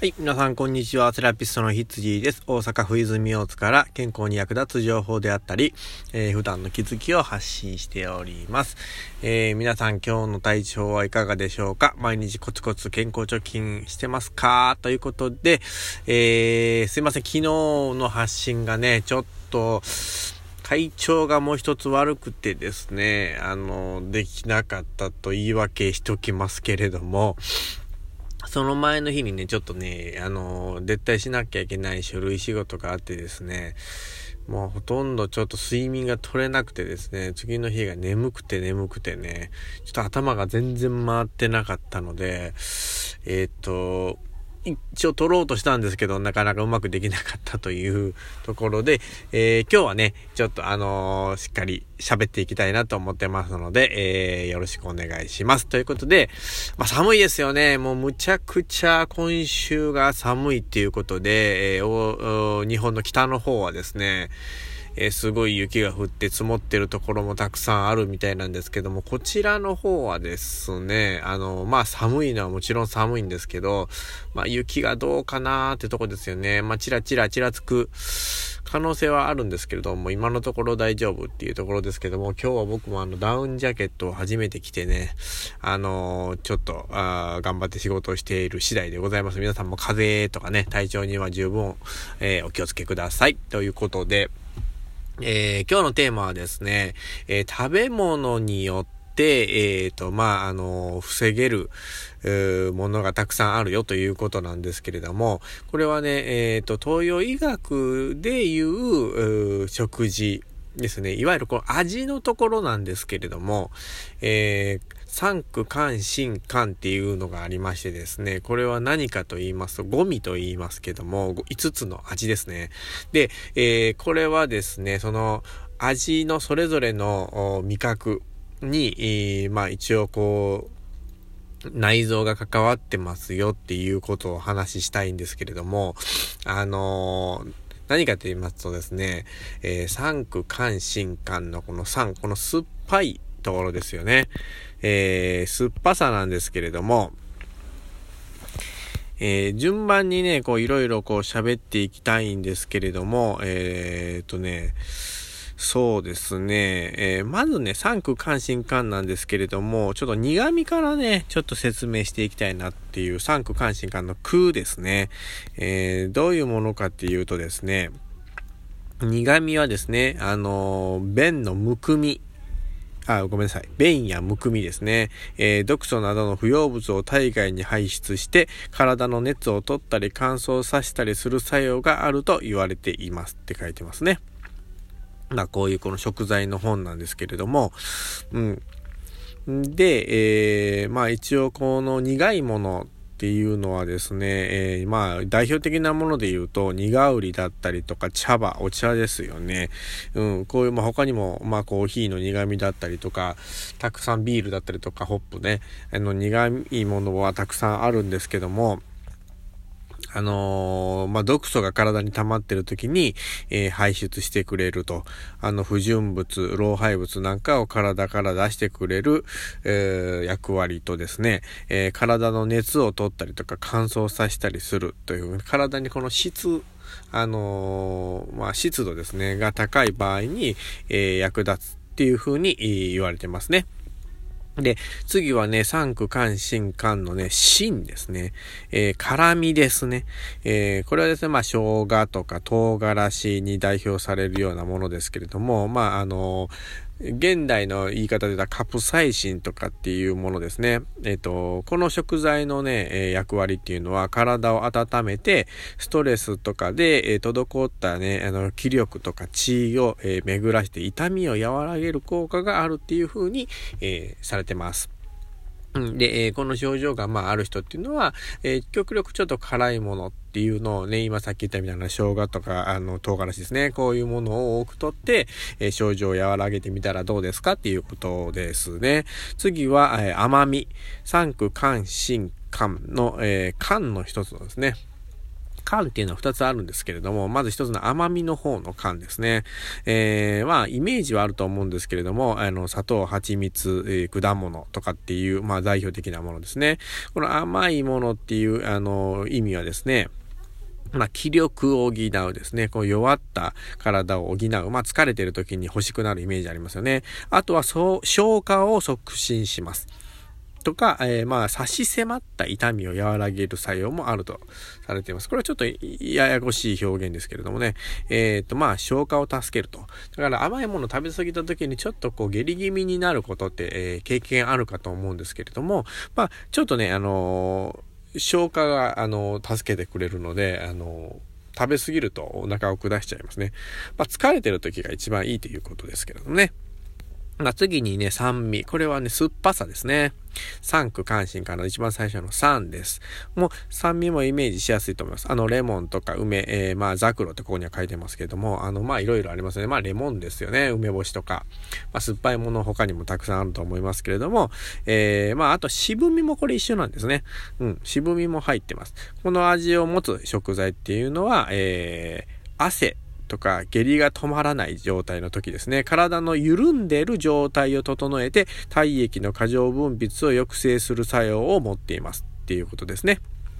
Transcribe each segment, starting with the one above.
はい、皆さんこんにちは。セラピストのひつじです。大阪府泉大津から健康に役立つ情報であったり、普段の気づきを発信しております。皆さん今日の体調はいかがでしょうか？毎日コツコツ健康貯金してますか？ということで、すいません。昨日の発信がね、ちょっと体調がもう一つ悪くてですね、できなかったと言い訳しときますけれども、その前の日にね、ちょっとね、絶対しなきゃいけない書類仕事があってですね、もうほとんどちょっと睡眠が取れなくてですね、次の日が眠くてね、ちょっと頭が全然回ってなかったので、一応取ろうとしたんですけど、なかなかうまくできなかったというところで、今日はね、ちょっとしっかり喋っていきたいなと思ってますので、よろしくお願いします。ということで、寒いですよね。もうむちゃくちゃ今週が寒いっていうことで、日本の北の方はですね、すごい雪が降って積もってるところもたくさんあるみたいなんですけども、こちらの方はですね、寒いのはもちろん寒いんですけど、雪がどうかなーってとこですよね。ちらちらつく可能性はあるんですけれども、今のところ大丈夫っていうところですけども、今日は僕もダウンジャケットを初めて着てね、ちょっと頑張って仕事をしている次第でございます。皆さんも風邪とかね、体調には十分、お気をつけください。ということで、今日のテーマはですね、食べ物によって、防げる、ものがたくさんあるよということなんですけれども、これはね、東洋医学でいう、食事ですね。いわゆるこの味のところなんですけれども、三苦甘辛甘っていうのがありましてですね、これは何かと言いますと、五味と言いますけども、5つの味ですね。で、これはですね、その味のそれぞれの味覚に、一応こう、内臓が関わってますよっていうことをお話ししたいんですけれども、何かと言いますとですね、三苦甘辛甘のこの酸っぱいところですよね。酸っぱさなんですけれども、順番にね、こういろいろこう喋っていきたいんですけれども、そうですね、まずね、三苦甘辛甘なんですけれども、ちょっと苦味からね、ちょっと説明していきたいなっていう三苦甘辛甘の苦ですね。どういうものかっていうとですね、苦味はですね、便のむくみ、便やむくみですね。毒素などの不要物を体外に排出して体の熱を取ったり乾燥させたりする作用があると言われていますって書いてますね。こういうこの食材の本なんですけれども、で、一応この苦いものっていうのはですね、代表的なもので言うと苦瓜だったりとかお茶ですよね。こういう他にもコーヒーの苦味だったりとか、たくさんビールだったりとかホップね、苦いものはたくさんあるんですけども、毒素が体に溜まっている時に、排出してくれると、不純物、老廃物なんかを体から出してくれる、役割とですね、体の熱を取ったりとか乾燥させたりするという、体にこの湿度ですね、が高い場合に、役立つっていう風に言われてますね。で、次はね、三苦甘辛甘のね、辛ですね。辛味ですね。これはですね、生姜とか唐辛子に代表されるようなものですけれども、現代の言い方で言ったらカプサイシンとかっていうものですね。この食材のね、役割っていうのは体を温めて、ストレスとかで、滞ったね、気力とか血を、巡らして痛みを和らげる効果があるっていう風に、されてます。で、この症状がある人っていうのは、極力ちょっと辛いものっていうのをね、今さっき言ったみたいな生姜とか唐辛子ですね、こういうものを多くとって、症状を和らげてみたらどうですかっていうことですね。次は、甘み、三苦甘辛甘の、甘の一つのですね、 甘っていうのは2つあるんですけれども、まず1つの甘みの方の甘ですね。まあ、イメージはあると思うんですけれども、砂糖、蜂蜜、果物とかっていう、まあ、代表的なものですね。この甘いものっていう、意味はですね、まあ、気力を補うですね。こう弱った体を補う。まあ、疲れてる時に欲しくなるイメージありますよね。あとは、消化を促進します。とか、まあ、差し迫った痛みを和らげる作用もあるとされています。これはちょっとややこしい表現ですけれどもね。まあ、消化を助けると。だから甘いもの食べ過ぎた時にちょっとこう下痢気味になることって、経験あるかと思うんですけれども、まあ、ちょっとね、消化が、助けてくれるので、食べ過ぎるとお腹を下しちゃいますね。まあ、疲れてる時が一番いいということですけれどもね。まあ、次にね、酸味。これはね、酸っぱさですね。酸苦甘辛からの一番最初の酸です。もう酸味もイメージしやすいと思います。レモンとか梅、まあ、ザクロってここには書いてますけれども、まあ、いろいろありますね。まあ、レモンですよね。梅干しとか。まあ、酸っぱいもの他にもたくさんあると思いますけれども、まあ、あと渋みもこれ一緒なんですね。渋みも入ってます。この味を持つ食材っていうのは、汗とか下痢が止まらない状態の時ですね。体の緩んでいる状態を整えて体液の過剰分泌を抑制する作用を持っていますっていうことですね。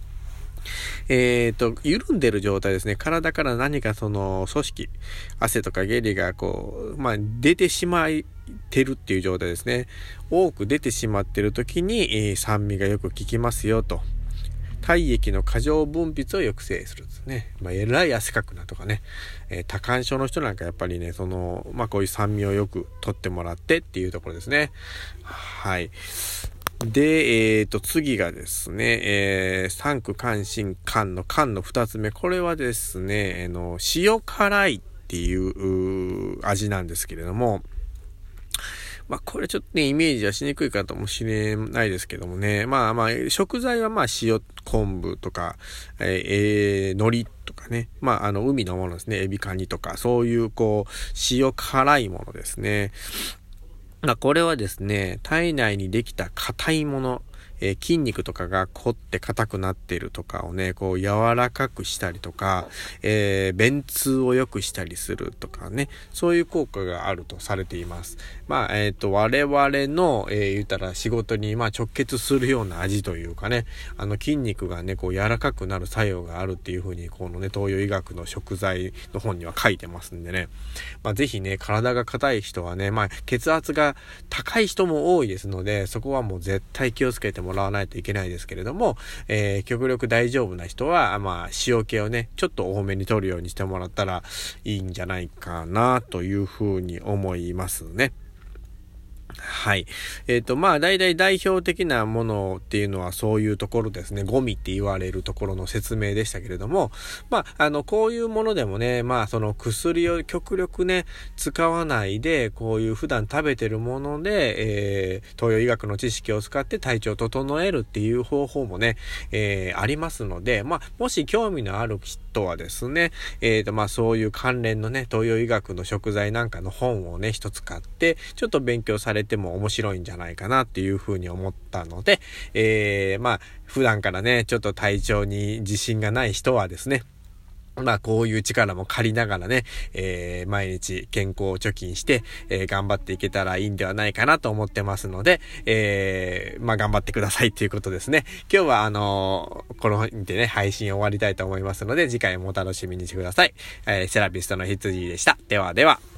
緩んでいる状態ですね。体から何かその組織、汗とか下痢がこう、まあ出てしまってるっていう状態ですね。多く出てしまっている時に、酸味がよく効きますよと。体液の過剰分泌を抑制するんですね。まあ、えらい汗かくなとかね。多汗症の人なんかやっぱりね、まあ、こういう酸味をよく取ってもらってっていうところですね。はい。で、次がですね、酸苦甘辛甘の甘の2つ目。これはですね、塩辛いっていう味なんですけれども、まあ、これちょっとね、イメージはしにくいかもしれないですけどもね。まあまあ、食材はまあ、塩昆布とか、海苔とかね。まあ、海のものですね。エビカニとか、そういうこう、塩辛いものですね。まあ、これはですね、体内にできた硬いもの、筋肉とかが凝って硬くなっているとかをね、こう柔らかくしたりとか、便通を良くしたりするとかね、そういう効果があるとされています。まあ、我々の、言ったら仕事にまあ直結するような味というかね、筋肉がね、こう柔らかくなる作用があるっていう風に、このね、東洋医学の食材の本には書いてますんでね、まあ、ぜひね、体が硬い人はね、まあ、血圧が高い人も多いですので、そこはもう絶対気をつけてもらわないといけないですけれども、極力大丈夫な人は、まあ、塩気をね、ちょっと多めに取るようにしてもらったらいいんじゃないかなというふうに思いますね。はい。まあ、大体代表的なものっていうのはそういうところですね。ゴミって言われるところの説明でしたけれども、まあ、こういうものでもね、まあ、その薬を極力ね、使わないで、こういう普段食べてるもので、東洋医学の知識を使って体調を整えるっていう方法もね、ありますので、まあ、もし興味のある人はですね、まあ、そういう関連のね、東洋医学の食材なんかの本をね、一つ買って、ちょっと勉強されても面白いんじゃないかなっていうふうに思ったので、まあ普段からねちょっと体調に自信がない人はですね、まあこういう力も借りながらね、毎日健康貯金して、頑張っていけたらいいんではないかなと思ってますので、まあ頑張ってくださいっていうことですね。今日はこの辺でね配信終わりたいと思いますので、次回もお楽しみにしてください。セラピストの羊でした。ではでは。